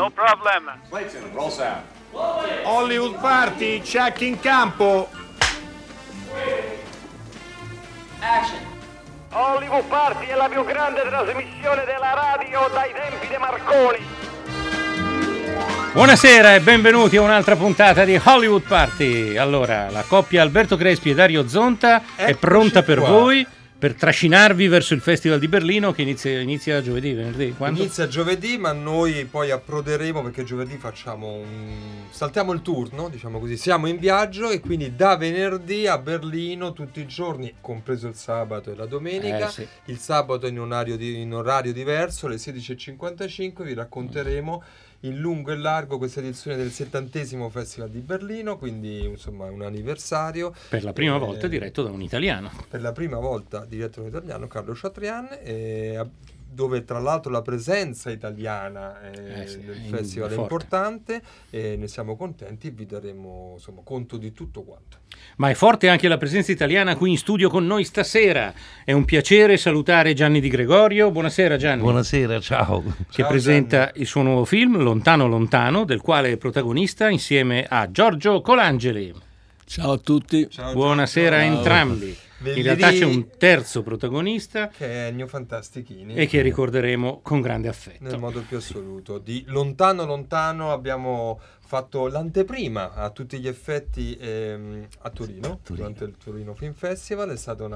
No problem. Clayton, roll sound. Hollywood Party, check in campo. Action. Hollywood Party è la più grande trasmissione della radio dai tempi di Marconi. Buonasera e benvenuti a un'altra puntata di Hollywood Party. Allora, la coppia Alberto Crespi e Dario Zonta è pronta per voi, per trascinarvi verso il Festival di Berlino che inizia giovedì, venerdì? Quando? Inizia giovedì, ma noi poi approderemo perché giovedì saltiamo il turno, diciamo così, siamo in viaggio e quindi da venerdì a Berlino tutti i giorni, compreso il sabato e la domenica, Sì. Il sabato in orario diverso, alle 16:55 vi racconteremo in lungo e largo questa edizione del 70° Festival di Berlino, quindi insomma un anniversario. Per la prima volta diretto da un italiano. Per la prima volta diretto da un italiano, Carlo Chatrian, dove tra l'altro la presenza italiana del festival è importante e ne siamo contenti e vi daremo insomma conto di tutto quanto. Ma è forte anche la presenza italiana qui in studio con noi stasera. È un piacere salutare Gianni Di Gregorio. Buonasera Gianni. Buonasera, ciao. Che Ciao, presenta Gianni. il suo nuovo film Lontano Lontano, del quale è protagonista insieme a Giorgio Colangeli. Ciao a tutti. Ciao, Buonasera a Giorgio. entrambi. In realtà c'è un terzo protagonista che è Ennio Fantastichini e che ricorderemo con grande affetto. nel modo più assoluto. Di Lontano Lontano abbiamo fatto l'anteprima a tutti gli effetti a Torino, durante il Torino Film Festival. È stato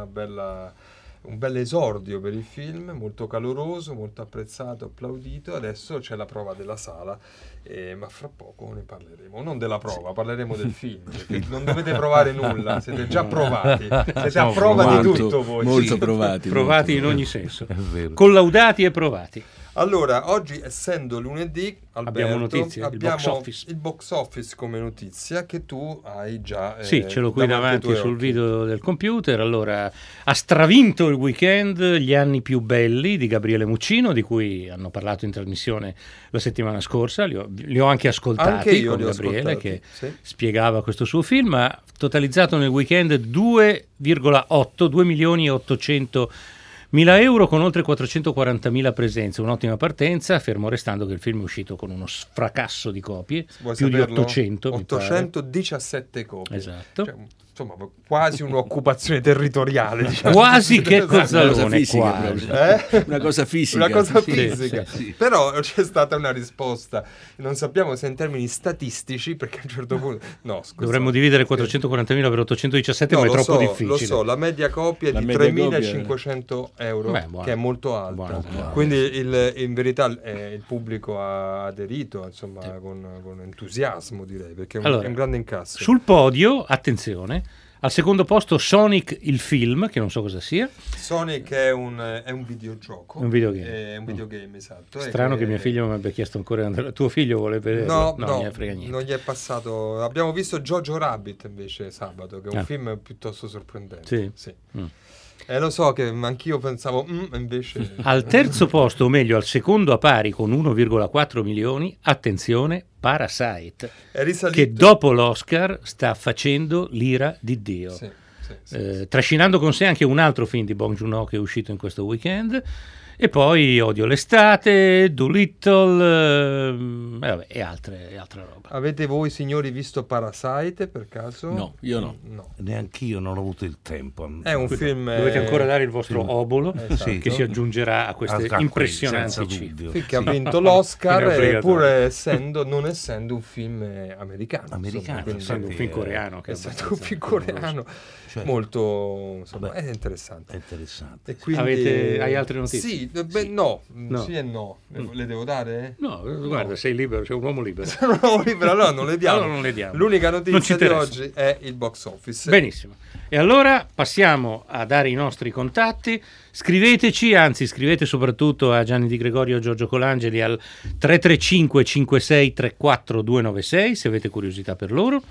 un bel esordio per il film, molto caloroso, molto apprezzato, applaudito. Adesso c'è la prova della sala, ma fra poco ne parleremo. Non della prova, parleremo del film, perché non dovete provare nulla, siete già provati, siete a prova di tutto voi. Molto provati. Provati in ogni senso, È vero. collaudati e provati. Allora, oggi essendo lunedì, Alberto, Abbiamo notizie, il box office. il box office come notizia che tu hai già Sì, ce l'ho qui davanti davanti ai tuoi sul occhi. video del computer. Allora, ha stravinto il weekend Gli anni più belli di Gabriele Muccino, di cui hanno parlato in trasmissione la settimana scorsa. Li ho anche ascoltati Anche io con li ho Gabriele, ascoltati, che sì. spiegava questo suo film. Ha totalizzato nel weekend 2,8 euro con oltre 440.000 presenze, un'ottima partenza, fermo restando che il film è uscito con uno fracasso di copie, Vuoi più saperlo? di 800, mi pare. 817 copie. Esatto. Cioè, insomma, quasi un'occupazione territoriale, diciamo. Quasi che Una cosa Cozzalone, fisica quasi. proprio. Una cosa fisica. Una cosa Sì, fisica. sì. Però c'è stata una risposta. Non sappiamo se in termini statistici, perché a un certo punto... No, scusa. Dovremmo dividere 440.000 per 817, No, ma è lo troppo so, difficile. Lo so, la media copia è La di media 3.500 euro, Beh, buono. che è molto alta. Buono. Quindi in verità il pubblico ha aderito, insomma, con entusiasmo, direi, perché è Allora, è un grande incasso. Sul podio, attenzione, al secondo posto Sonic il film, che non so cosa sia. Sonic è un videogioco. È un videogame. È un videogame, esatto. Strano che mio figlio mi abbia chiesto ancora di andare. Tuo figlio vuole vedere? No, non ne frega niente. non gli è passato. Abbiamo visto Jojo Rabbit invece sabato, che è un film piuttosto sorprendente. Sì? Lo so che anch'io pensavo, invece. Al terzo posto, o meglio al secondo a pari con 1,4 milioni, attenzione, Parasite, È risalito. che dopo l'Oscar sta facendo l'ira di Dio. Sì, sì. Trascinando con sé anche un altro film di Bong Joon-ho che è uscito in questo weekend, e poi Odio l'estate, Dolittle e altre roba. Avete voi signori visto Parasite per caso? No, io no. Neanch'io non ho avuto il tempo. È un film. Dovete ancora dare il vostro obolo, Esatto. che si aggiungerà a queste senza impressionanti dubbio. cifre. Sì, che ha vinto l'Oscar, Non è obbligatorio. pur non essendo un film americano. Americano, quindi Essendo un film coreano, che è essendo un abbastanza film coreano, Cioè, molto insomma, Beh, è interessante. È interessante. E quindi, Hai altre notizie? Sì, no, sì e no. Le devo dare? No, guarda, sei libero, sei un uomo libero. No, libero, allora non le diamo. Allora non le diamo. L'unica Non ci notizia di interessa. oggi è il box office. Benissimo. E allora passiamo a dare i nostri contatti. Scriveteci, anzi scrivete soprattutto a Gianni Di Gregorio e Giorgio Colangeli al 335 56 34 296 se avete curiosità per loro.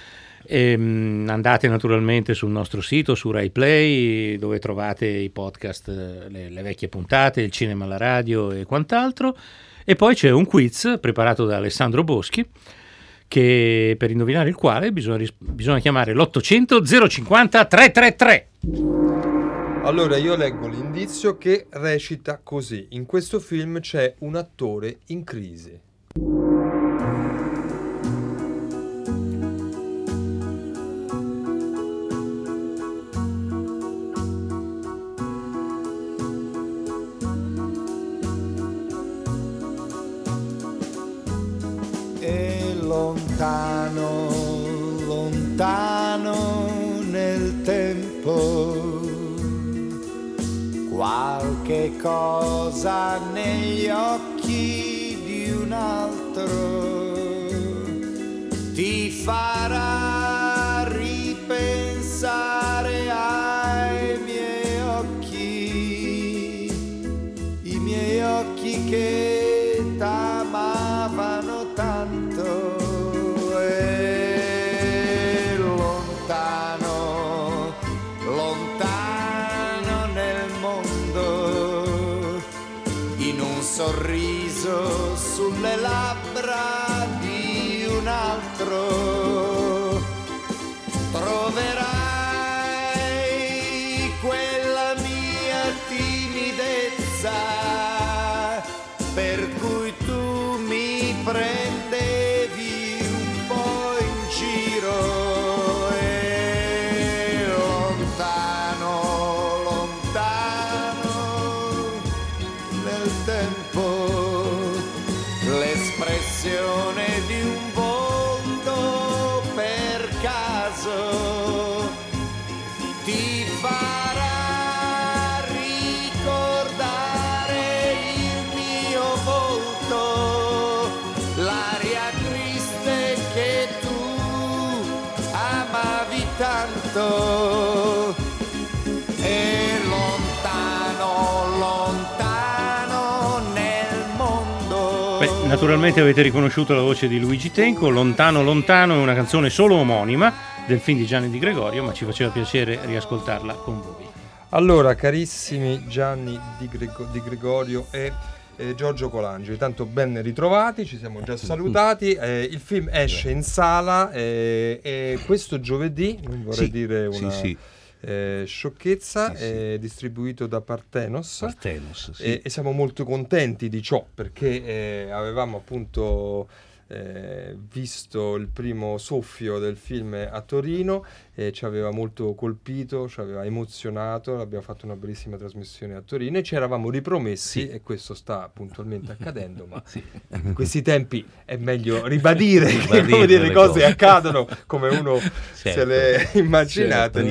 Andate naturalmente sul nostro sito, su Rai Play, dove trovate i podcast, le vecchie puntate, il cinema alla radio e quant'altro. E poi c'è un quiz preparato da Alessandro Boschi, che per indovinare il quale bisogna chiamare l'800 050 333. Allora io leggo l'indizio che recita così: in questo film c'è un attore in crisi. lontano, lontano nel tempo, qualche cosa negli occhi di un altro ti farà ripensare ai miei occhi, i miei occhi che t'amavano tanto. E lontano, lontano nel mondo, in un sorriso sulle labbra di un altro, troverai quella mia timidezza per cui tu mi prendevi un po' in giro. E lontano, lontano nel tempo, l'espressione di un volto per caso ti farà ricordare il mio volto, l'aria triste che tu amavi tanto. E lontano, lontano nel mondo. Beh, naturalmente avete riconosciuto la voce di Luigi Tenco. Lontano lontano è una canzone solo omonima del film di Gianni Di Gregorio, ma ci faceva piacere riascoltarla con voi. Allora, carissimi Gianni Di Gregorio e Giorgio Colangeli, tanto ben ritrovati, ci siamo già salutati. Il film esce in sala e questo giovedì, non vorrei dire una sciocchezza, è distribuito da Parthenos, sì. e siamo molto contenti di ciò, perché avevamo appunto visto il primo soffio del film a Torino e ci aveva molto colpito, ci aveva emozionato, abbiamo fatto una bellissima trasmissione a Torino e ci eravamo ripromessi, e questo sta puntualmente accadendo, ma in questi tempi è meglio ribadire che le cose accadono come uno se le immaginate,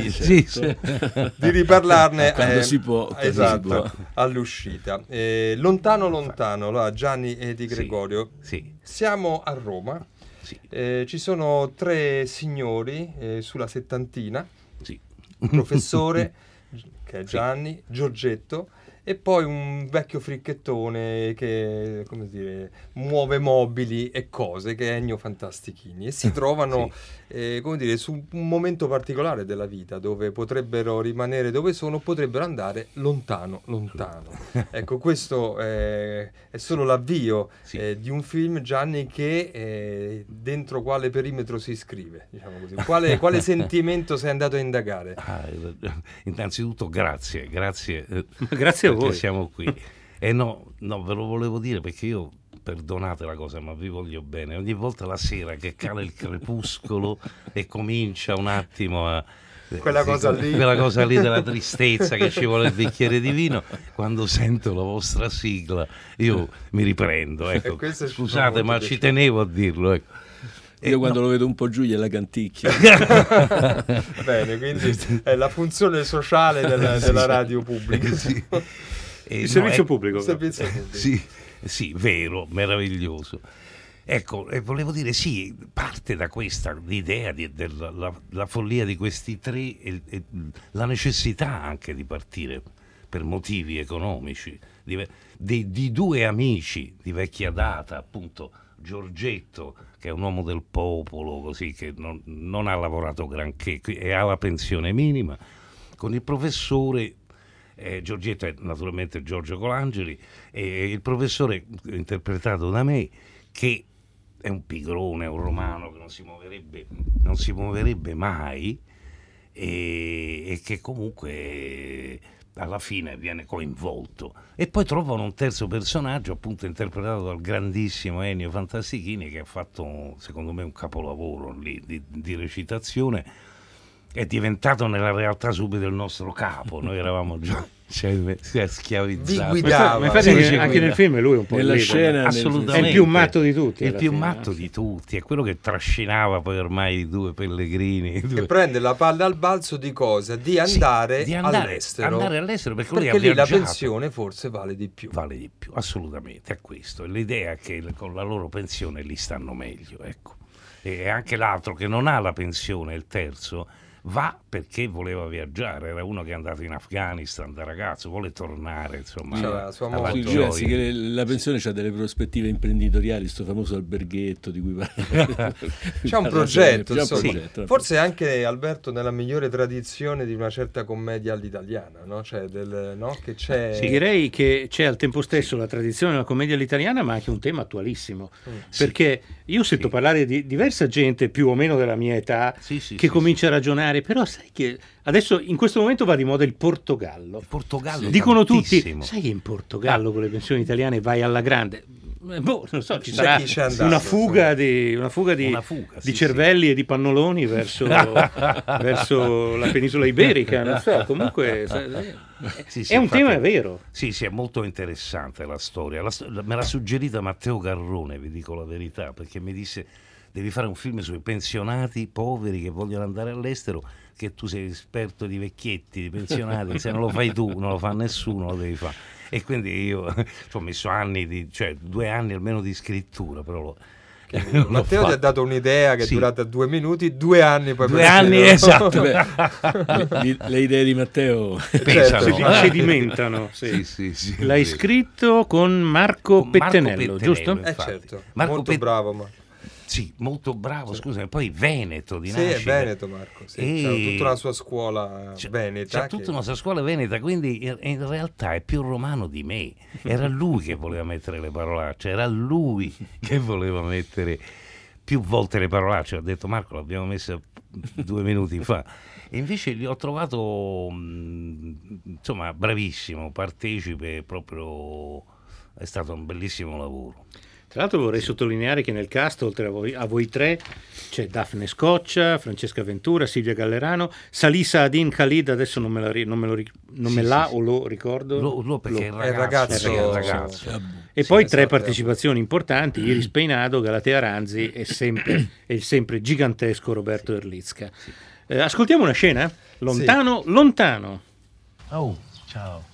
di riparlarne quando si può, all'uscita. Lontano lontano, allora, Gianni e Di Gregorio, siamo a Roma. Ci sono 3 signori sulla settantina, un professore che è Gianni, Giorgetto, e poi un vecchio fricchettone che, come dire, muove mobili e cose, che è Ennio Fantastichini, e si trovano come dire, su un momento particolare della vita dove potrebbero rimanere dove sono, potrebbero andare lontano lontano. Ecco, questo è solo l'avvio di un film, Gianni, che dentro quale perimetro si iscrive, diciamo così. Quale sentimento sei andato a indagare? Innanzitutto grazie Grazie a perché voi. siamo qui. E no, ve lo volevo dire perché io, perdonate la cosa, ma vi voglio bene. Ogni volta la sera che cala il crepuscolo e comincia un attimo a... Quella cosa lì della tristezza, che ci vuole il bicchiere di vino, quando sento la vostra sigla io mi riprendo, ecco. Scusate, ma ci tenevo a dirlo, ecco. Io quando lo vedo un po' giù gliela canticchio. Bene, quindi è la funzione sociale della radio pubblica. Il servizio pubblico. Sì, vero, meraviglioso. Ecco, volevo dire, parte da questa l'idea della follia di questi 3 e la necessità anche di partire per motivi economici, di 2 amici di vecchia data, appunto Giorgetto, che è un uomo del popolo, così, che non ha lavorato granché e ha la pensione minima, con il professore. Giorgetto è naturalmente Giorgio Colangeli, e il professore interpretato da me, che è un pigrone, un romano che non si muoverebbe mai, e che comunque alla fine viene coinvolto, e poi trovano un terzo personaggio, appunto interpretato dal grandissimo Ennio Fantastichini, che ha fatto secondo me un capolavoro lì di recitazione. È diventato nella realtà subito il nostro capo. Noi eravamo Cioè, si è schiavizzato. Vi guidava. Ma infatti anche nel film lui è un po' Nella il scena, assolutamente. è il più matto di tutti. È il alla più fine, matto no? di tutti, è quello che trascinava poi ormai i due pellegrini. E prende la palla al balzo di cosa? Di andare, all'estero. Andare all'estero perché lui ha Perché lì la viaggiato. pensione forse vale di più. Vale di più, assolutamente, è questo. È l'idea che con la loro pensione li stanno meglio, ecco. E anche l'altro che non ha la pensione, il terzo, va perché voleva viaggiare. Era uno che è andato in Afghanistan da ragazzo, vuole tornare, insomma. C'era la sua alla moto. Sì, gioia. ragazzi, che la pensione ha delle prospettive imprenditoriali, sto famoso alberghetto di cui parla. C'è un progetto, C'è un insomma. progetto. Forse anche Alberto nella migliore tradizione di una certa commedia all'italiana, no? Cioè no? Che c'è Direi che c'è al tempo stesso la tradizione della commedia all'italiana, ma anche un tema attualissimo. Perché io sento parlare di diversa gente più o meno della mia età che comincia a ragionare, però sai che adesso in questo momento va di moda il Portogallo. Il Portogallo Dicono tantissimo. tutti, sai che in Portogallo con le pensioni italiane vai alla grande? Boh, non so, ci C'è sarà chi c'è andato, una fuga di sì, cervelli e di pannoloni verso la penisola iberica, non so, comunque Sì, è un infatti, tema vero. Sì, è molto interessante la storia. Me l'ha suggerita Matteo Garrone, vi dico la verità, perché mi disse devi fare un film sui pensionati poveri che vogliono andare all'estero, che tu sei esperto di vecchietti, di pensionati, se non lo fai tu, non lo fa nessuno, lo devi fare. E quindi io ci ho messo anni, cioè 2 anni almeno di scrittura, però l'ho Matteo ti ha dato un'idea che è durata 2 minuti, 2 anni poi 2 anni, esatto. Le idee di Matteo Pesano. Si sedimentano. Sì. Sì, L'hai scritto con Marco Pettenello, giusto? infatti. Certo, Marco molto bravo Marco. Sì, molto bravo, scusami, poi Veneto di Sì, è nascita. Veneto Marco, sì. C'ha tutta una sua scuola veneta. C'ha tutta una sua scuola veneta, quindi in realtà è più romano di me. Era lui che voleva mettere le parolacce, era lui che voleva mettere più volte le parolacce. Ho detto Marco, l'abbiamo messa 2 minuti fa. E invece li ho trovato, insomma, bravissimo, partecipe, proprio è stato un bellissimo lavoro. Tra l'altro vorrei sottolineare che nel cast, oltre a voi tre, c'è Daphne Scoccia, Francesca Ventura, Silvia Gallerano, Salisa Adin Khalid, adesso non me lo ricordo. Perché È il ragazzo. E poi esatto, 3 partecipazioni importanti, Iris Peinado, Galatea Ranzi e il sempre gigantesco Roberto Erlitzka. Ascoltiamo una scena? Lontano, lontano. Oh, ciao.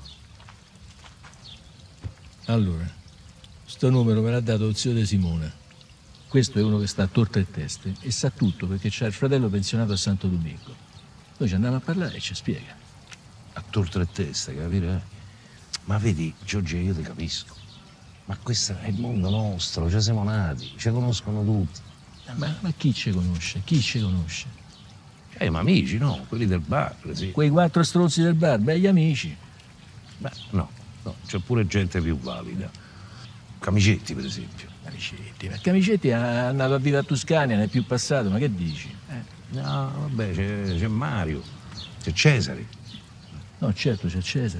Allora, sto numero me l'ha dato zio De Simone. Questo è uno che sta a torta e teste e sa tutto perché c'ha il fratello pensionato a Santo Domingo. Noi ci andiamo a parlare e ci spiega. A torto e testa, capire? Ma vedi, Giorgio, io ti capisco. Ma questo è il mondo nostro, ci siamo nati, ci conoscono tutti. Ma chi ci conosce? Chi ci conosce? Ma amici, no? Quelli del bar, sì. Quei 4 stronzi del bar, begli amici. Beh, no, c'è pure gente più valida. Camicetti, per esempio. Camicetti, ma Camicetti è andato a vivere a Tuscania, non è più passato, ma che dici? No, vabbè, c'è Mario, c'è Cesare. No, certo, c'è Cesare.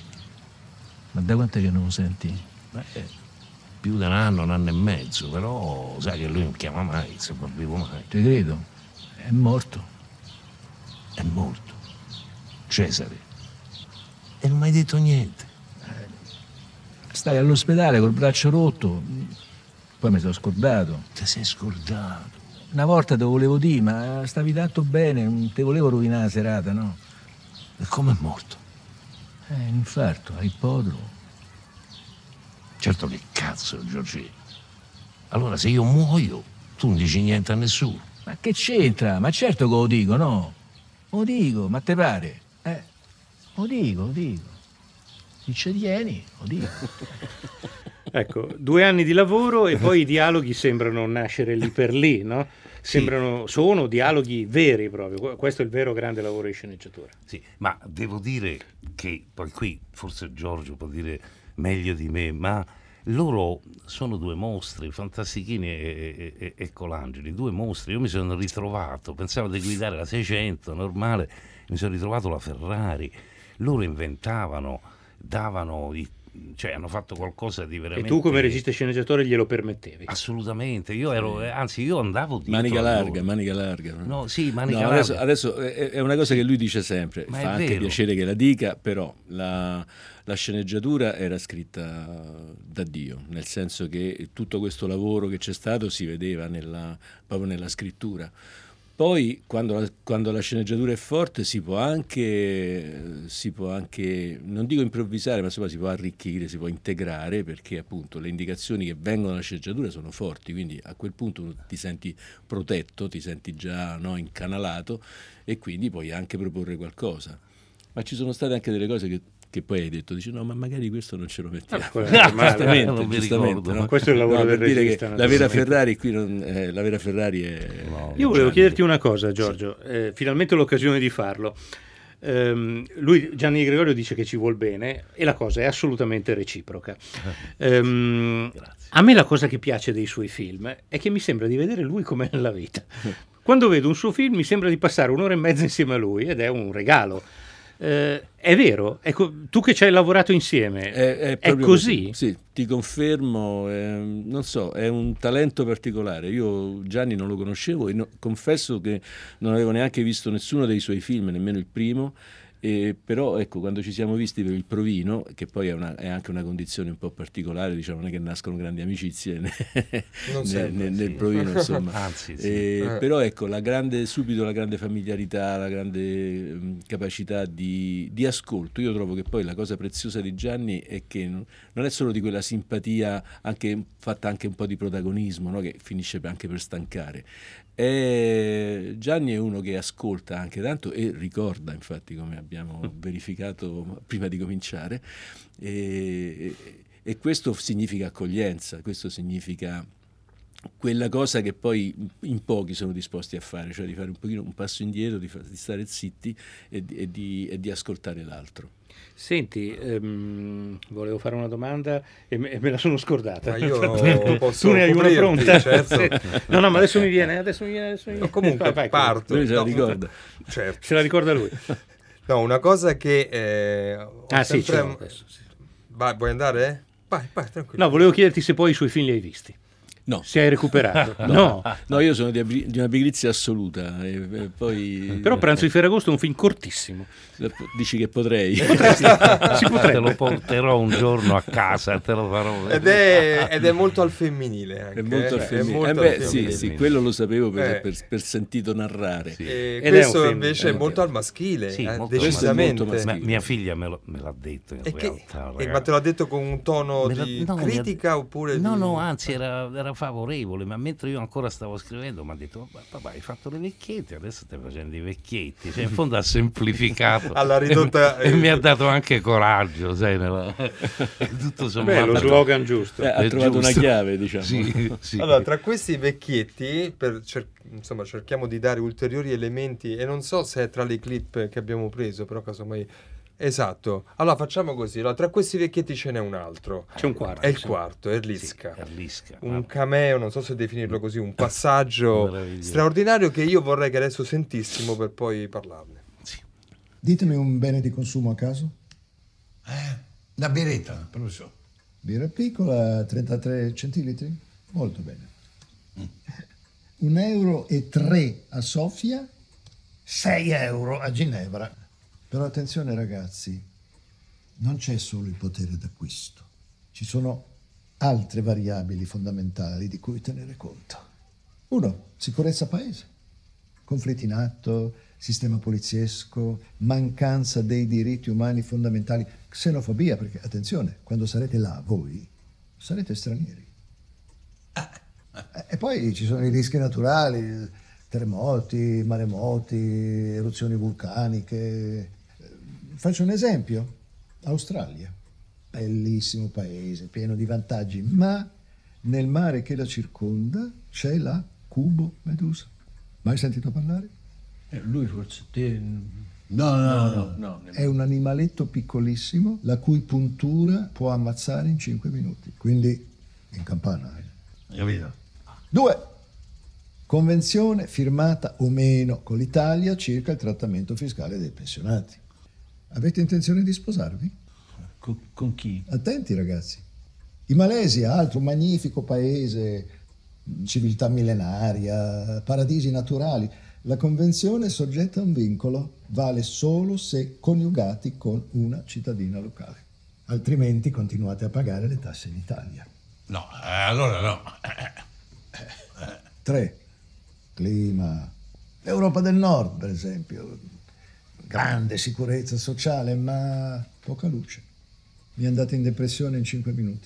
Ma da quant'è che non lo senti? Più di un anno e mezzo, però sai che lui non chiama mai, se non vivo mai. Ti credo, è morto. È morto. Cesare. E non mi hai detto niente. Stai all'ospedale col braccio rotto, poi mi sono scordato. Ti sei scordato. Una volta te lo volevo dire, ma stavi tanto bene, non te volevo rovinare la serata, no? E come è morto? Un infarto, a ippodromo. Certo che cazzo, Giorgi. Allora se io muoio, tu non dici niente a nessuno. Ma che c'entra? Ma certo che lo dico, no? Lo dico, ma te pare? Lo dico. Se ci tieni, lo dico. Ecco, 2 anni di lavoro e poi i dialoghi sembrano nascere lì per lì, no? Sono dialoghi veri proprio, questo è il vero grande lavoro di sceneggiatura. Sì, ma devo dire che poi qui forse Giorgio può dire meglio di me, ma loro sono 2 mostri, Fantastichini e Colangeli, 2 mostri. Io mi sono ritrovato, pensavo di guidare la 600 normale, mi sono ritrovato la Ferrari. Loro inventavano, davano cioè hanno fatto qualcosa di veramente... E tu come regista e sceneggiatore glielo permettevi? Assolutamente, io ero, anzi io andavo dietro Manica a larga, loro. manica larga. No, sì, manica No, larga. adesso è una cosa che lui dice sempre, Ma fa è anche vero. piacere che la dica, però la sceneggiatura era scritta da Dio, nel senso che tutto questo lavoro che c'è stato si vedeva proprio nella scrittura. Poi quando la sceneggiatura è forte si può anche, non dico improvvisare, ma insomma si può arricchire, si può integrare, perché appunto le indicazioni che vengono dalla sceneggiatura sono forti, quindi a quel punto ti senti protetto, ti senti già, no, incanalato, e quindi puoi anche proporre qualcosa. Ma ci sono state anche delle cose che poi hai detto, dici no, ma magari questo non ce lo mettiamo. Non mi giustamente, ricordo. no? Questo è il lavoro No, del per dire regista, che la vera naturalmente. Ferrari qui la vera Ferrari è... Io volevo chiederti una cosa, Giorgio, finalmente ho l'occasione di farlo. Gianni Gregorio dice che ci vuol bene e la cosa è assolutamente reciproca. A me la cosa che piace dei suoi film è che mi sembra di vedere lui come nella vita. Quando vedo un suo film mi sembra di passare 1 ora e mezza insieme a lui ed è un regalo. È vero, ecco, tu che ci hai lavorato insieme, è così? Sì, ti confermo, non so, è un talento particolare. Io Gianni non lo conoscevo e confesso che non avevo neanche visto nessuno dei suoi film, nemmeno il primo. Però ecco, quando ci siamo visti per il provino, che poi è anche una condizione un po' particolare, diciamo, non è che nascono grandi amicizie nel provino, insomma. Anzi, sì. Però ecco, subito la grande familiarità, la grande capacità di ascolto. Io trovo che poi la cosa preziosa di Gianni è che non è solo di quella simpatia fatta anche un po' di protagonismo, no? Che finisce anche per stancare. Gianni è uno che ascolta anche tanto e ricorda, infatti, come abbiamo verificato prima di cominciare, e questo significa accoglienza, questo significa quella cosa che poi in pochi sono disposti a fare, cioè di fare un pochino un passo indietro, di stare zitti e di ascoltare l'altro. Senti, volevo fare una domanda e me la sono scordata. Ma io posso tu ne hai una coprirti, pronta? certo. Sì. No, ma adesso mi viene. No, comunque vai, parto. Lui se la ricorda. Certo. Se la ricorda lui. No, una cosa che ho Sì, sempre... adesso, sì. Vai, vuoi andare? Vai, tranquillo. No, volevo chiederti se poi i suoi film li hai visti. No. Se hai recuperato. No. No, io sono di una pigrizia assoluta. E poi, Però Pranzo di Ferragosto è un film cortissimo. Dici che potrei. Si potrebbe. Te lo porterò un giorno a casa, te lo farò. Ed è molto al femminile anche. È molto al femminile. molto al Sì, femminile. quello lo sapevo per sentito narrare. Sì. E Ed è questo un film, invece è molto al maschile, Sì, molto decisamente. molto maschile. Mia figlia me l'ha detto in E realtà. ma te l'ha detto con un tono di no, critica oppure No, di... no, anzi era favorevole, ma mentre io ancora stavo scrivendo mi ha detto papà, hai fatto le vecchiette, adesso stai facendo i vecchietti, cioè in fondo ha semplificato Alla ridotta- e mi ha dato anche coraggio, sai, tutto sommato. Beh, lo slogan giusto. Ha trovato una chiave, diciamo. Sì. Allora, tra questi vecchietti, insomma, cerchiamo di dare ulteriori elementi, e non so se è tra le clip che abbiamo preso, però casomai... Esatto. Allora, facciamo così. Allora, tra questi vecchietti ce n'è un altro. C'è un quarto. È il quarto, è Lisca. Erlisca. Un cameo, non so se definirlo così, un passaggio Meraviglioso. straordinario che io vorrei che adesso sentissimo per poi parlarne. Ditemi un bene di consumo a caso. La biretta, professore. Birra piccola, 33 centilitri? Molto bene. 1,03 euro a Sofia, 6 euro a Ginevra. Però attenzione ragazzi, non c'è solo il potere d'acquisto. Ci sono altre variabili fondamentali di cui tenere conto. 1. Sicurezza paese. Conflitti in atto, sistema poliziesco, mancanza dei diritti umani fondamentali, xenofobia, perché attenzione, quando sarete là voi, sarete stranieri. E poi ci sono i rischi naturali, terremoti, maremoti, eruzioni vulcaniche. Faccio un esempio, Australia, bellissimo paese, pieno di vantaggi, ma nel mare che la circonda c'è la Cubo Medusa. Mai sentito parlare? Lui forse te... No. È un animaletto piccolissimo la cui puntura può ammazzare in 5 minuti, quindi in campana. Capito? 2. Convenzione firmata o meno con l'Italia circa il trattamento fiscale dei pensionati. Avete intenzione di sposarvi? Con chi? Attenti ragazzi. In Malesia, altro magnifico paese, civiltà millenaria, paradisi naturali. La convenzione è soggetta a un vincolo, vale solo se coniugati con una cittadina locale. Altrimenti continuate a pagare le tasse in Italia. No, allora no. 3. Clima. L'Europa del Nord, per esempio. Grande sicurezza sociale, ma poca luce. Mi andate in depressione in 5 minuti.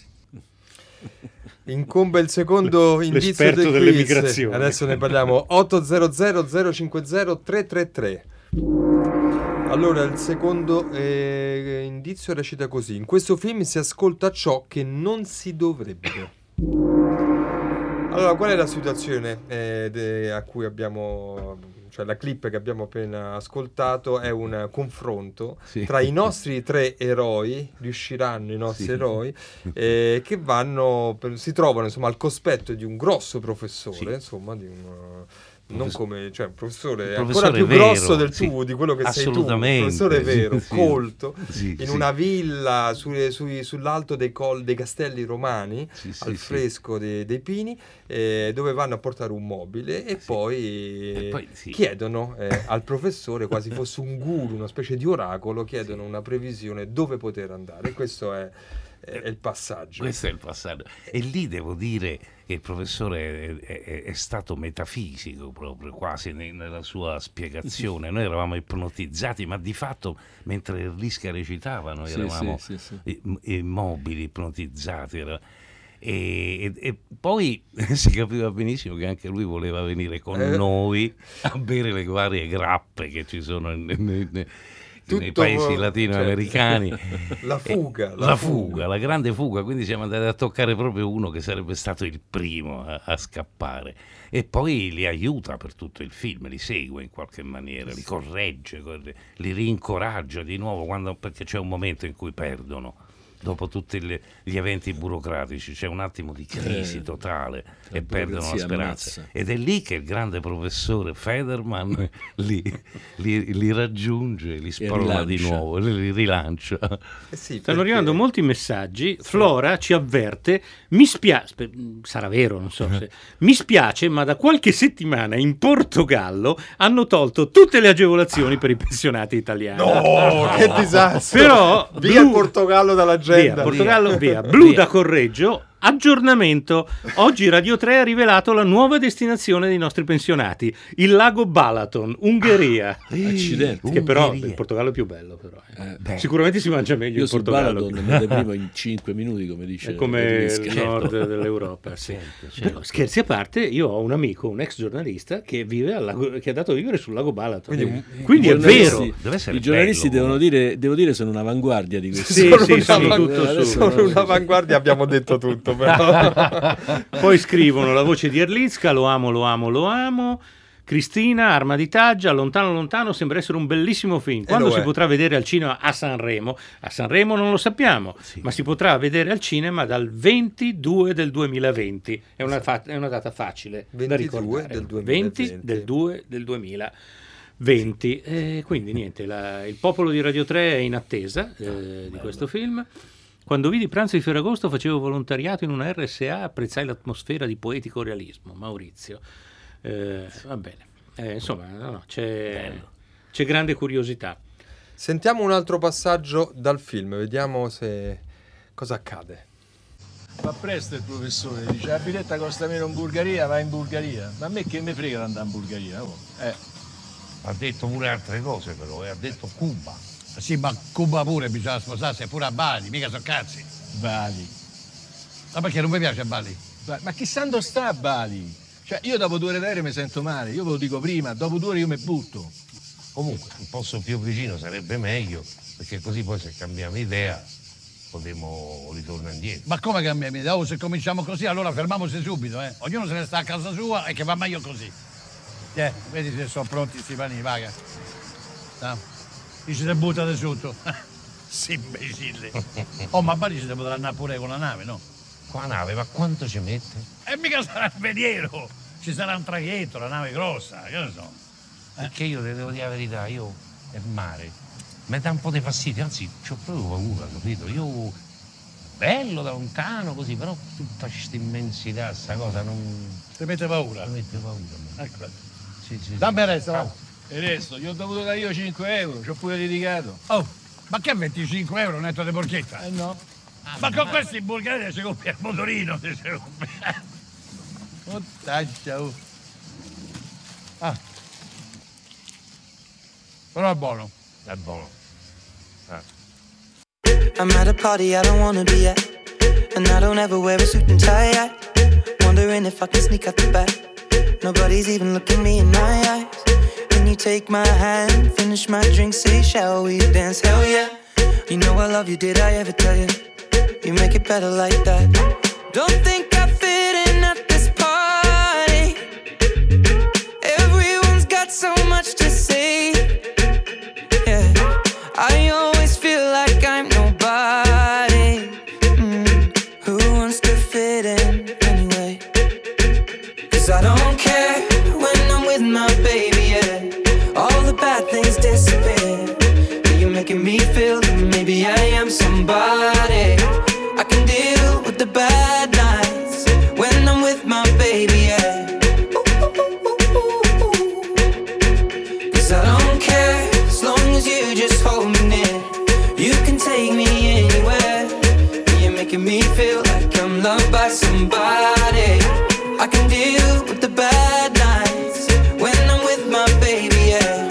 Incombe il secondo indizio l'esperto del delle quiz. migrazioni. Adesso ne parliamo. 800 050 333. Allora, il secondo indizio recita così: in questo film si ascolta ciò che non si dovrebbe. Allora, qual è la situazione a cui abbiamo, cioè la clip che abbiamo appena ascoltato è un confronto tra i nostri 3 eroi, riusciranno i nostri eroi, che si trovano insomma al cospetto di un grosso professore, insomma di un... non come, cioè un professore ancora più vero, grosso del tuo, di quello che sei tu, un professore vero, colto, in una villa sull'alto dei castelli romani, al fresco dei pini, dove vanno a portare un mobile e poi chiedono al professore, quasi fosse un guru, una specie di oracolo, chiedono una previsione dove poter andare. E questo è il passaggio. Questo è il passaggio. E lì devo dire che il professore è stato metafisico proprio, quasi nella sua spiegazione. Noi eravamo ipnotizzati, ma di fatto mentre Erlisca recitava noi eravamo immobili, ipnotizzati. E poi si capiva benissimo che anche lui voleva venire con noi a bere le varie grappe che ci sono nei paesi latinoamericani. La fuga, la grande fuga, quindi siamo andati a toccare proprio uno che sarebbe stato il primo a scappare, e poi li aiuta per tutto il film, li segue in qualche maniera, li corregge, li rincoraggia di nuovo perché c'è un momento in cui perdono. Dopo tutti gli eventi burocratici c'è un attimo di crisi totale e perdono la speranza. Ammazza. Ed è lì che il grande professore Federman li raggiunge, li spolla di nuovo, li rilancia. Stanno arrivando molti messaggi. Flora ci avverte: mi spiace, sarà vero, non so se mi spiace, ma da qualche settimana in Portogallo hanno tolto tutte le agevolazioni per i pensionati italiani. No, che disastro! Però via il Portogallo dall'agenda. Portogallo via. Blu da Correggio. Aggiornamento: oggi Radio 3 ha rivelato la nuova destinazione dei nostri pensionati, il lago Balaton, Ungheria. Accidenti. Che però il Portogallo è più bello, però. Sicuramente si mangia meglio in Portogallo. Io su Balaton mi deprimo in 5 minuti, come dice. È come il nord dell'Europa. Sì. Però, scherzi a parte, io ho un amico, un ex giornalista che vive che è andato a vivere sul lago Balaton. Quindi è vero. I giornalisti devo dire sono un'avanguardia di questo. Sono un'avanguardia, abbiamo detto tutto. Poi scrivono: la voce di Erlicka, lo amo, lo amo, lo amo. Cristina, Arma di Taggia, Lontano lontano, sembra essere un bellissimo film. Quando si potrà vedere al cinema a Sanremo? A Sanremo non lo sappiamo, ma si potrà vedere al cinema dal 22 del 2020. È una data facile da ricordare. Del 2020. 20 del 2 del 2020. Quindi niente, il popolo di Radio 3 è in attesa di questo film. Quando vidi Pranzo di Ferragosto facevo volontariato in una RSA, apprezzai l'atmosfera di poetico realismo. Maurizio. Va bene. Insomma, c'è grande curiosità. Sentiamo un altro passaggio dal film, vediamo cosa accade. Fa presto il professore, dice la biletta costa meno in Bulgaria, vai in Bulgaria. Ma a me che mi frega di andare in Bulgaria? Ha detto pure altre cose, però, ha detto Cuba. Sì, ma Cuba pure bisogna sposarsi, pure a Bali, mica sono cazzi. Bali. Ma perché non mi piace Bali? Ma chissà dove sta a Bali? Cioè, io dopo 2 ore d'aereo mi sento male, io ve lo dico prima, dopo 2 ore io mi butto. Comunque, un posto più vicino sarebbe meglio, perché così poi se cambiamo idea potremo ritornare indietro. Ma come cambiamo idea? Oh, se cominciamo così allora fermiamoci subito, eh. Ognuno se ne sta a casa sua e che va meglio così. Vedi se sono pronti sti panini, vaga. Dici se buttate sotto. Sì, imbecille. Oh, ma a Bali ci si potrà andare pure con la nave, no? Con la nave, ma quanto ci mette? E mica sarà il veliero, ci sarà un traghetto, la nave grossa, che ne so. Perché io ti devo dire la verità, io è mare. mi dà un po' di fastidio, anzi c'ho proprio paura, capito? Io bello da lontano così, però tutta questa immensità, questa cosa non Ti mette paura? mi mette paura. Ecco. Sì. Dammi il resto, va. E resto, gli ho dovuto dare io 5 euro, ci ho pure dedicato. Oh, ma che 25 euro netto di porchetta? No. Ma con questi in Bulgaria si compra il motorino, si compra. Mottaggia, oh. Ah. Però è buono. È buono. I'm at a party I don't wanna be at, and I don't ever wear a suit and tie yet. Wondering if I can sneak out the back. Nobody's even looking me in my eyes. When you take my hand, finish my drink, say shall we dance? Hell yeah. You know I love you, did I ever tell you? You make it better like that. Don't think I fit in at this party. Everyone's got so much to say. Yeah, I always feel like I'm nobody. Who wants to fit in anyway? 'Cause I don't care when I'm with my baby, yeah. All the bad things disappear. You're making me feel that maybe I am somebody. I can deal with the bad nights when I'm with my baby, yeah. 'Cause I don't care as long as you just hold me near. You can take me anywhere. You're making me feel like I'm loved by somebody. I can deal with the bad nights when I'm with my baby, yeah.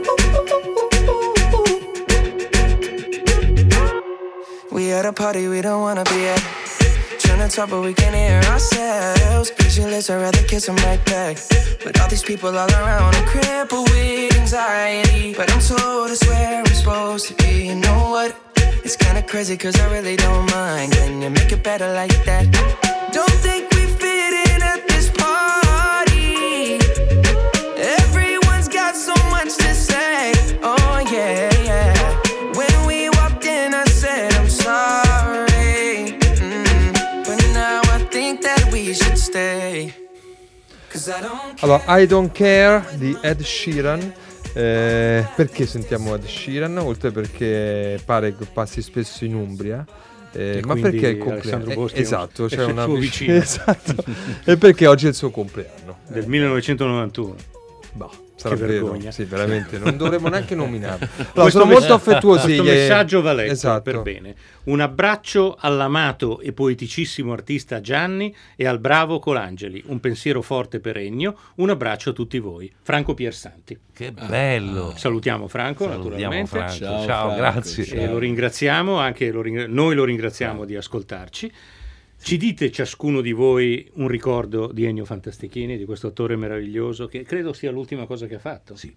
We at a party we don't wanna be at. Trying to talk but we can't hear ourselves. Pictureless, I'd rather kiss them right back. But all these people all around, I'm crippled with anxiety. But I'm told it's where I'm supposed to be. You know what? It's kinda crazy 'cause I really don't mind. Can you make it better like that? Don't think we fit in at this party. Everyone's got so much to say. Oh yeah, yeah. When we walked in I said I'm sorry. But now I think that we should stay. 'Cause I don't care. Allora, I Don't Care di Ed Sheeran. Perché sentiamo Ed Sheeran? Oltre perché pare che passi spesso in Umbria. Ma perché è il Alessandro compleanno? Boschi Esatto, c'è una suo vicino. Esatto. E perché oggi è il suo compleanno del 1991. Bah, sarà che vero. vergogna. Sì, veramente, non dovremmo neanche nominarlo. Allora, sono molto affettuosi. Questo messaggio va letto Esatto. per bene. Un abbraccio all'amato e poeticissimo artista Gianni e al bravo Colangeli. Un pensiero forte per Ennio. Un abbraccio a tutti voi. Franco Piersanti. Che bello. Salutiamo Franco, Salutiamo naturalmente. Franco. Ciao, Franco. grazie. E lo ringraziamo, anche noi lo ringraziamo di ascoltarci. Ci dite ciascuno di voi un ricordo di Ennio Fantastichini, di questo attore meraviglioso, che credo sia l'ultima cosa che ha fatto. Sì.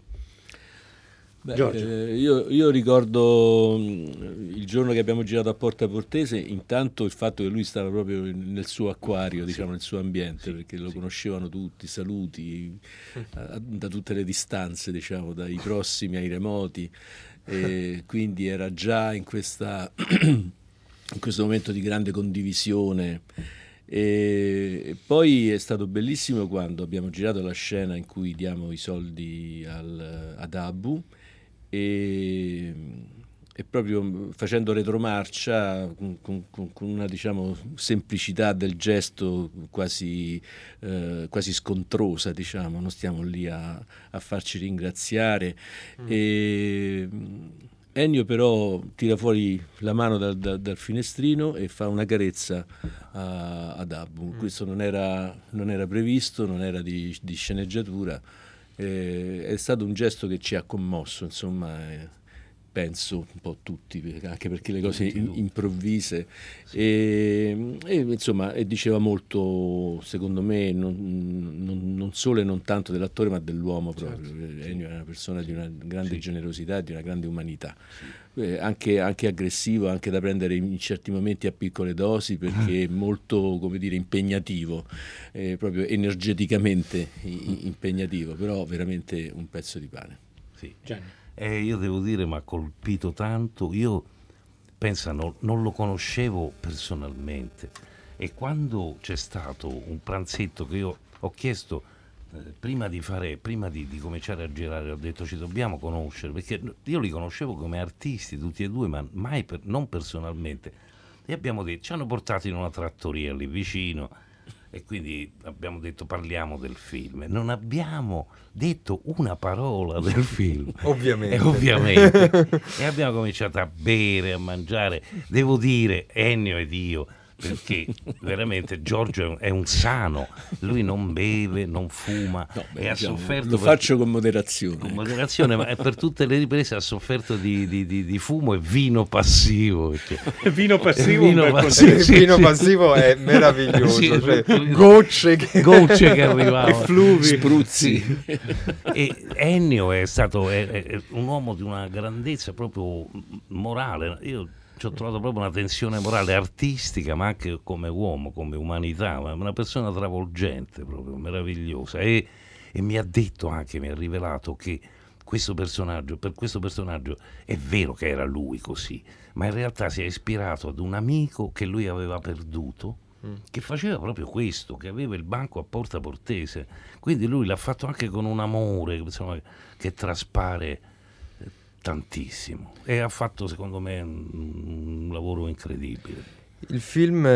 Io ricordo il giorno che abbiamo girato a Porta Portese, intanto il fatto che lui stava proprio nel suo acquario, diciamo, nel suo ambiente, perché lo conoscevano tutti, saluti da tutte le distanze, diciamo, dai prossimi ai remoti, e quindi era già in questo momento di grande condivisione. E poi è stato bellissimo quando abbiamo girato la scena in cui diamo i soldi ad Abu, e proprio facendo retromarcia con una, diciamo, semplicità del gesto quasi scontrosa, diciamo, non stiamo lì a farci ringraziare. E Ennio però tira fuori la mano dal finestrino e fa una carezza ad Abu. Questo non era previsto, non era di sceneggiatura. È stato un gesto che ci ha commosso, insomma, penso un po' tutti, anche perché le cose improvvise, e insomma, e diceva molto, secondo me, non solo e non tanto dell'attore ma dell'uomo proprio. Ennio è una persona di una grande generosità, di una grande umanità, anche aggressivo, anche da prendere in certi momenti a piccole dosi, perché è molto, come dire, impegnativo, proprio energeticamente impegnativo, però veramente un pezzo di pane. Sì. Gianni. Io devo dire, mi ha colpito tanto. Io, pensa, non lo conoscevo personalmente, e quando c'è stato un pranzetto che io ho chiesto prima di cominciare a girare ho detto ci dobbiamo conoscere, perché io li conoscevo come artisti tutti e due, ma mai non personalmente, e abbiamo detto, ci hanno portato in una trattoria lì vicino e quindi abbiamo detto parliamo del film, non abbiamo detto una parola del film ovviamente. E abbiamo cominciato a bere, a mangiare, devo dire Ennio ed io, perché veramente Giorgio è un sano, lui non beve, non fuma, e ha sofferto, lo faccio con moderazione, ma per tutte le riprese ha sofferto di fumo e vino passivo, vino passivo passivo è meraviglioso, sì, cioè, gocce che arrivavano, e fluvi, spruzzi. E Ennio è stato è un uomo di una grandezza proprio morale. Io ci ho trovato proprio una tensione morale artistica, ma anche come uomo, come umanità, una persona travolgente, proprio meravigliosa, e mi ha detto anche, mi ha rivelato che per questo personaggio è vero che era lui così, ma in realtà si è ispirato ad un amico che lui aveva perduto, che faceva proprio questo, che aveva il banco a Porta Portese, quindi lui l'ha fatto anche con un amore, insomma, che traspare tantissimo, e ha fatto secondo me un lavoro incredibile. Il film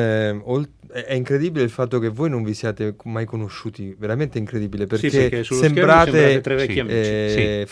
è incredibile il fatto che voi non vi siate mai conosciuti, veramente incredibile, perché sembrate tre vecchi amici.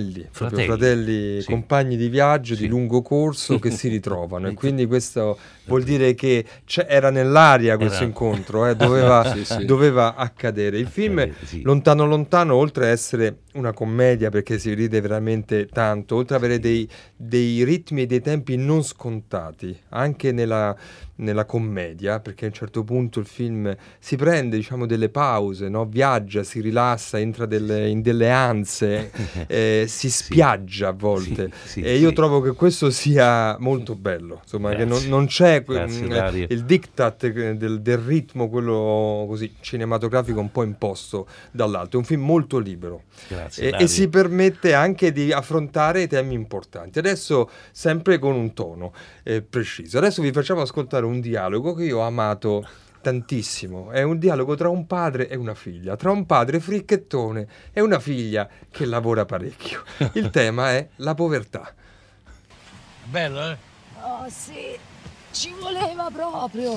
fratelli, compagni di viaggio di lungo corso che si ritrovano, e quindi questo vuol dire che era nell'aria questo incontro, doveva accadere. Il film Lontano Lontano, oltre a essere una commedia perché si ride veramente tanto, oltre ad avere dei ritmi e dei tempi non scontati anche nella commedia, perché a un certo punto il film si prende, diciamo, delle pause, no? Viaggia, si rilassa, entra in delle anse, si spiaggia a volte, e io trovo che questo sia molto bello, insomma, che non c'è il diktat del ritmo, quello così cinematografico un po' imposto dall'alto. È un film molto libero e si permette anche di affrontare temi importanti, adesso sempre con un tono preciso. Adesso vi facciamo ascoltare un dialogo che io ho amato tantissimo, è un dialogo tra un padre e una figlia, tra un padre fricchettone e una figlia che lavora parecchio. Il tema è la povertà. Bello, eh? Oh sì, ci voleva proprio.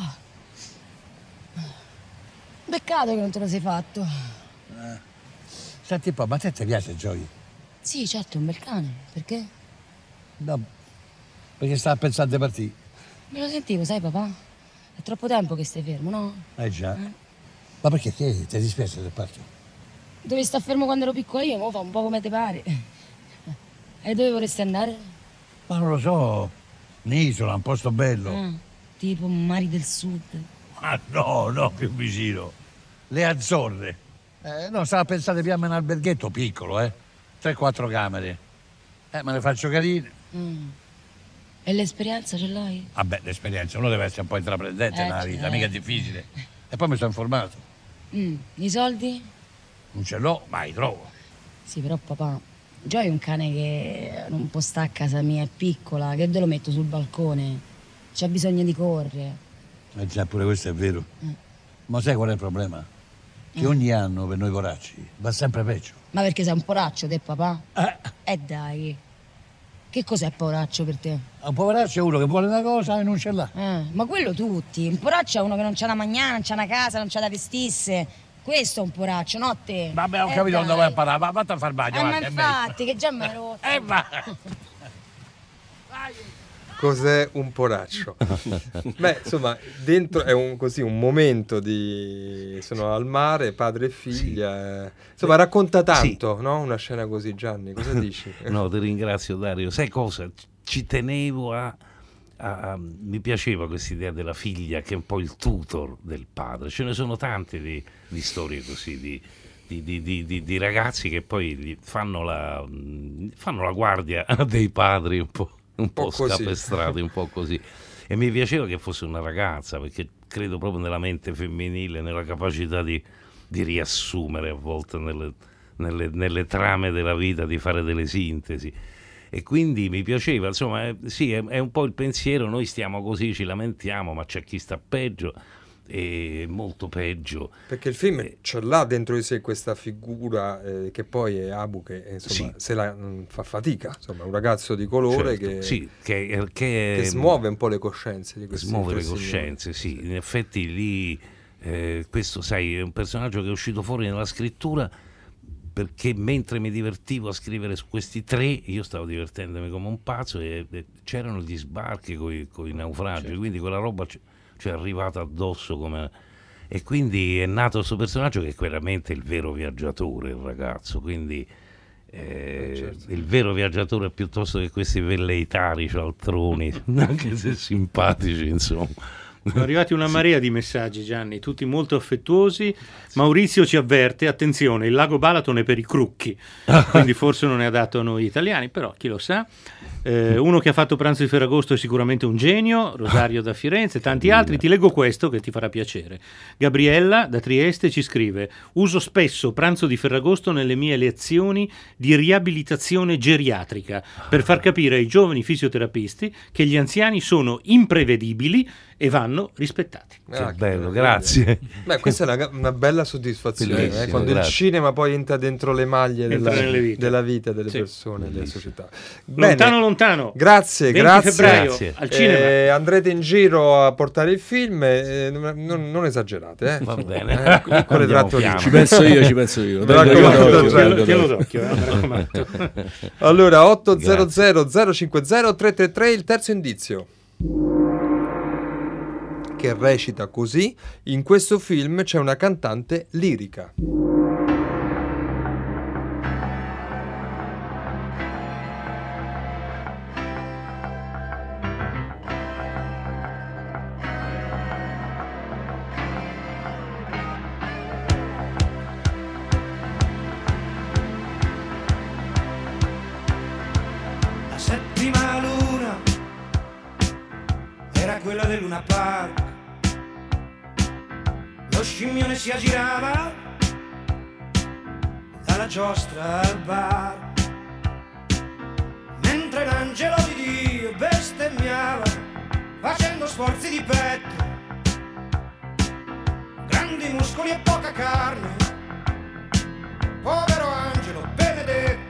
Peccato che non te lo sei fatto. Senti un po', ma a te ti piace Joey? Sì, certo, è un bel cane. Perché? No, perché stava pensando di partire. Me lo sentivo, sai papà? È troppo tempo che stai fermo, no? Già. Ma perché ti dispiace del parto? Dovevi stare fermo quando ero piccola io, mo fa un po' come te pare. E dove vorresti andare? Ma non lo so, un'isola, un posto bello. Tipo Mari del Sud. Ma no, più vicino. Le Azzorre. No, stava pensando di piamme un alberghetto piccolo, 3-4 camere. Me ne faccio carine. E l'esperienza ce l'hai? Vabbè, l'esperienza, uno deve essere un po' intraprendente nella vita, mica è difficile. E poi mi sono informato. I soldi? Non ce l'ho, ma li trovo. Sì, però papà, Joy è un cane che non può stare a casa mia, è piccola, che lo metto sul balcone? C'ha bisogno di correre. Già, pure questo è vero. Ma sai qual è il problema? Che ogni anno per noi poracci va sempre peggio. Ma perché sei un poraccio te, papà? Dai. Che cos'è poraccio per te? Un poveraccio è uno che vuole una cosa e non ce l'ha. Ma quello tutti. Un poraccio è uno che non c'ha da mangiare, non c'ha una casa, non c'ha da vestirsi. Questo è un poraccio, no te. Vabbè, ho capito dove vai a parare. Vatti a far bagno. Ma infatti, che già me ne rotto. Va. Cos'è un poraccio? Beh, insomma, dentro è un momento di... sono al mare, padre e figlia. Insomma, racconta tanto, no? Una scena così, Gianni, cosa dici? No, ti ringrazio Dario. Sai cosa? Ci tenevo mi piaceva questa idea della figlia che è un po' il tutor del padre. Ce ne sono tante di storie così, di ragazzi che poi fanno la guardia dei padri un po' scapestrati, un po' così. E mi piaceva che fosse una ragazza, perché credo proprio nella mente femminile, nella capacità di riassumere a volte nelle trame della vita, di fare delle sintesi. E quindi mi piaceva, insomma, sì, è un po' il pensiero, noi stiamo così, ci lamentiamo, ma c'è chi sta peggio, e molto peggio. Perché il film ce l'ha dentro di sé questa figura che poi è Abu, che insomma se la fa fatica, insomma, un ragazzo di colore che smuove un po' le coscienze di questi smuove le signori. coscienze, sì. In effetti lì questo, sai, è un personaggio che è uscito fuori nella scrittura, perché mentre mi divertivo a scrivere su questi tre, io stavo divertendomi come un pazzo e c'erano gli sbarchi con i naufragi, quindi quella roba ci è arrivata addosso e quindi è nato questo personaggio che è veramente il vero viaggiatore, il ragazzo, quindi il vero viaggiatore piuttosto che questi velleitari cialtroni, anche se simpatici, insomma. Sono arrivati una marea di messaggi, Gianni, tutti molto affettuosi. Maurizio ci avverte, attenzione, il lago Balaton è per i crucchi, quindi forse non è adatto a noi italiani, però chi lo sa. Uno che ha fatto pranzo di Ferragosto è sicuramente un genio, Rosario da Firenze, tanti altri. Ti leggo questo che ti farà piacere. Gabriella da Trieste ci scrive: uso spesso pranzo di Ferragosto nelle mie lezioni di riabilitazione geriatrica per far capire ai giovani fisioterapisti che gli anziani sono imprevedibili e vanno rispettati. Che bello, grazie. Beh, questa è una bella soddisfazione, quando il cinema poi entra dentro le maglie della vita delle persone, delle società. Lontano lontano. Grazie, 20 febbraio al cinema. Andrete in giro a portare il film, non esagerate, Va bene. Ci penso io. Tienilo d'occhio, mi raccomando. Allora, 800 050 333, il terzo indizio, che recita così: in questo film c'è una cantante lirica. La settima luna era quella del Luna Park. Lo scimmione si aggirava dalla giostra al bar, mentre l'angelo di Dio bestemmiava facendo sforzi di petto, grandi muscoli e poca carne, povero angelo benedetto.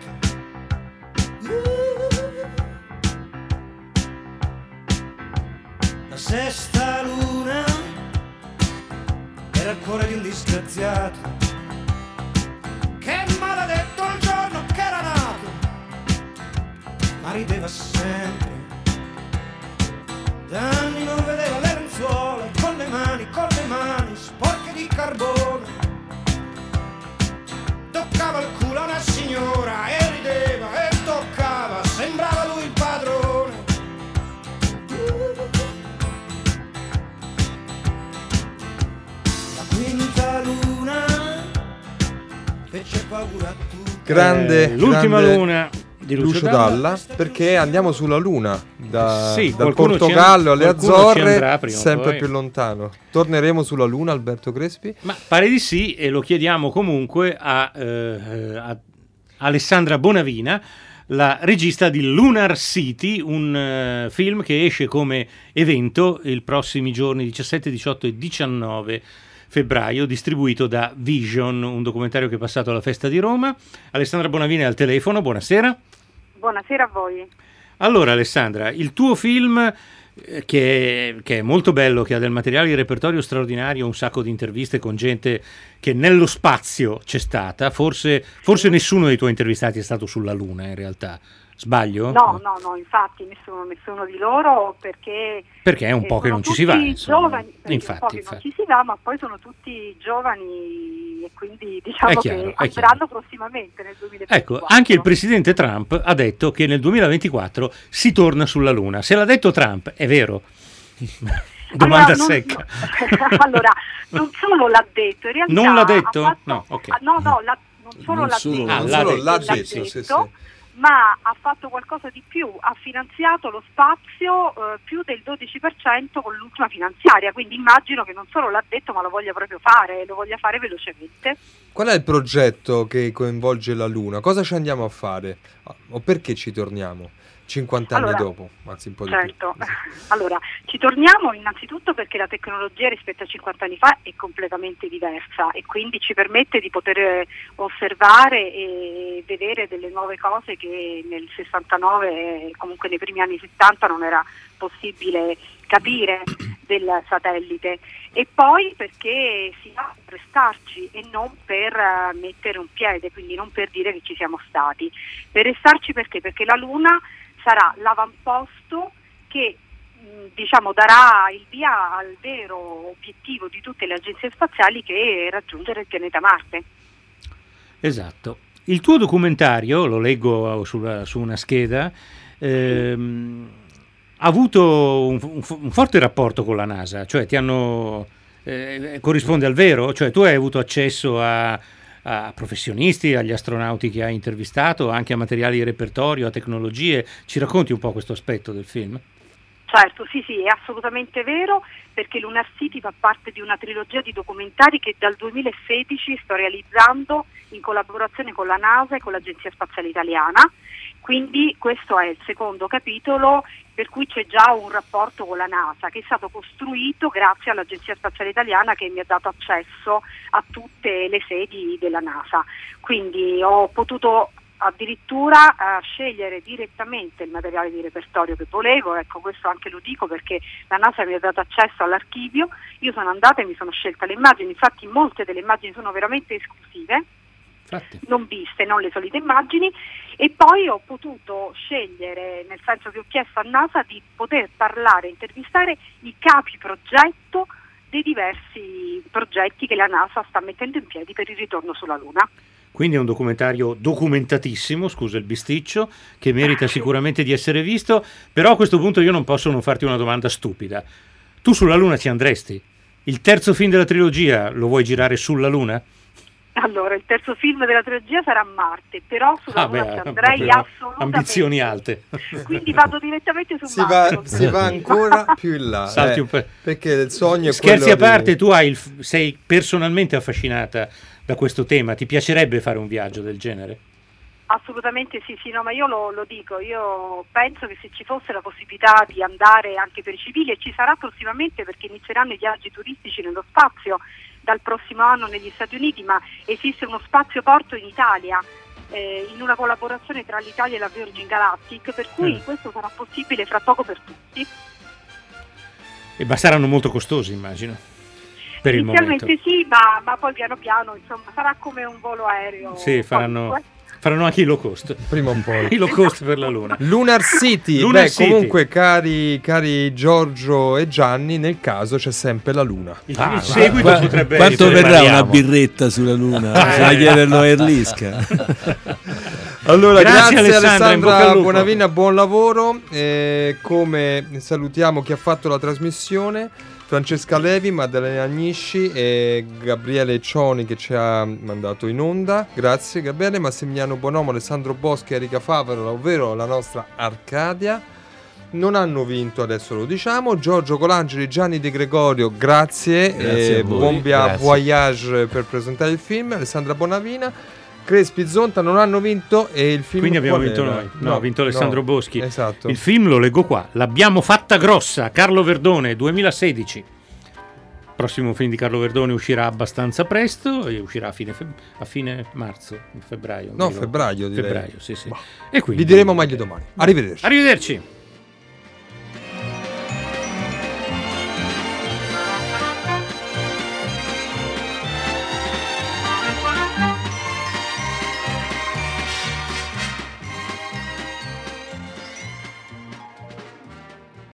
La sesta luna era il cuore di un disgraziato, che maledetto il giorno che era nato, ma rideva sempre. Da anni non vedeva le lenzuola, con le mani sporche di carbone. Toccava il culo a una signora e rideva e toccava, sembrava lui il padrone. Quinta luna fece paura a tutti. Grande, l'ultima grande luna di Lucio Dalla, perché andiamo sulla luna dal qualcuno Portogallo alle Azzorre, andrà prima o sempre poi. più lontano. Torneremo sulla luna, Alberto Crespi? Ma pare di sì, e lo chiediamo comunque a Alessandra Bonavina, la regista di Lunar City, un film che esce come evento i prossimi giorni 17, 18 e 19 febbraio, distribuito da Vision, un documentario che è passato alla Festa di Roma. Alessandra Bonavina è al telefono, buonasera. Buonasera a voi. Allora Alessandra, il tuo film che è molto bello, che ha del materiale di repertorio straordinario, un sacco di interviste con gente che nello spazio c'è stata, forse nessuno dei tuoi intervistati è stato sulla Luna in realtà, sbaglio? No, infatti nessuno di loro, perché è un po' che non ci si va, giovani, infatti. non ci si va, ma poi sono tutti giovani e quindi diciamo che andranno prossimamente nel 2024. Ecco, anche il presidente Trump ha detto che nel 2024 si torna sulla Luna. Se l'ha detto Trump, è vero? Domanda secca. Allora, non solo l'ha detto, in realtà non l'ha detto? Fatto, no, ok. non solo l'ha detto, sì. ma ha fatto qualcosa di più, ha finanziato lo spazio più del 12% con l'ultima finanziaria, quindi immagino che non solo l'ha detto ma lo voglia proprio fare, lo voglia fare velocemente. Qual è il progetto che coinvolge la Luna? Cosa ci andiamo a fare? O perché ci torniamo? 50 anni dopo, anzi un po' di certo. più. Allora, ci torniamo innanzitutto perché la tecnologia rispetto a 50 anni fa è completamente diversa e quindi ci permette di poter osservare e vedere delle nuove cose che nel 69, comunque nei primi anni 70 non era possibile capire del satellite, e poi perché si va per restarci e non per mettere un piede, quindi non per dire che ci siamo stati. Per restarci perché la Luna sarà l'avamposto che diciamo darà il via al vero obiettivo di tutte le agenzie spaziali, che è raggiungere il pianeta Marte. Esatto. Il tuo documentario, lo leggo su una scheda, ha avuto un forte rapporto con la NASA, cioè ti hanno corrisponde al vero? Cioè tu hai avuto accesso a professionisti, agli astronauti che hai intervistato, anche a materiali di repertorio, a tecnologie. Ci racconti un po' questo aspetto del film? Certo, sì, è assolutamente vero, perché Lunar City fa parte di una trilogia di documentari che dal 2016 sto realizzando in collaborazione con la NASA e con l'Agenzia Spaziale Italiana. Quindi questo è il secondo capitolo, per cui c'è già un rapporto con la NASA che è stato costruito grazie all'Agenzia Spaziale Italiana, che mi ha dato accesso a tutte le sedi della NASA. Quindi ho potuto addirittura scegliere direttamente il materiale di repertorio che volevo. Ecco, questo anche lo dico perché la NASA mi ha dato accesso all'archivio, io sono andata e mi sono scelta le immagini, infatti molte delle immagini sono veramente esclusive, non viste, non le solite immagini, e poi ho potuto scegliere, nel senso che ho chiesto a NASA di poter parlare, intervistare i capi progetto dei diversi progetti che la NASA sta mettendo in piedi per il ritorno sulla Luna. Quindi è un documentario documentatissimo, scusa il bisticcio, che merita sicuramente di essere visto, però a questo punto io non posso non farti una domanda stupida. Tu sulla Luna ci andresti? Il terzo film della trilogia lo vuoi girare sulla Luna? Allora, il terzo film della trilogia sarà Marte, però sulla Luna ci andrei assolutamente. Ambizioni alte. Quindi vado direttamente su Marte. Si va ancora più in là, perché il sogno è Scherzi quello a parte, tu sei personalmente affascinata da questo tema, ti piacerebbe fare un viaggio del genere? Assolutamente sì, no, ma io lo dico, io penso che se ci fosse la possibilità di andare anche per i civili, e ci sarà prossimamente perché inizieranno i viaggi turistici nello spazio dal prossimo anno negli Stati Uniti, ma esiste uno spazioporto in Italia in una collaborazione tra l'Italia e la Virgin Galactic, per cui questo sarà possibile fra poco per tutti. Ma saranno molto costosi, immagino, per il momento. Inizialmente sì, ma poi piano piano, insomma, sarà come un volo aereo. Sì, faranno anche i low cost. Prima o poi. I low cost per la Luna. Lunar City. Comunque, cari Giorgio e Gianni, nel caso c'è sempre la Luna. Il seguito potrebbe quanto verrà una birretta sulla Luna? Bisogna chiederlo a Erlisca. Allora, grazie Alessandra Bonavina, buon lavoro. Come salutiamo chi ha fatto la trasmissione: Francesca Levi, Maddalena Agnisci e Gabriele Cioni che ci ha mandato in onda. Grazie Gabriele. Massimiliano Bonomo, Alessandro Boschi, Erika Favaro, ovvero la nostra Arcadia. Non hanno vinto, adesso lo diciamo. Giorgio Colangeli, Gianni De Gregorio, grazie buon voyage per presentare il film. Alessandra Bonavina, Crespi, Zonta non hanno vinto e il film. Quindi abbiamo vinto noi. No, ha vinto Alessandro Boschi. Esatto. Il film lo leggo qua. L'abbiamo fatta grossa. Carlo Verdone, 2016. Il prossimo film di Carlo Verdone uscirà abbastanza presto e uscirà a fine marzo, febbraio. No, febbraio direi. Febbraio, sì. E quindi vi diremo meglio domani. Arrivederci. Arrivederci.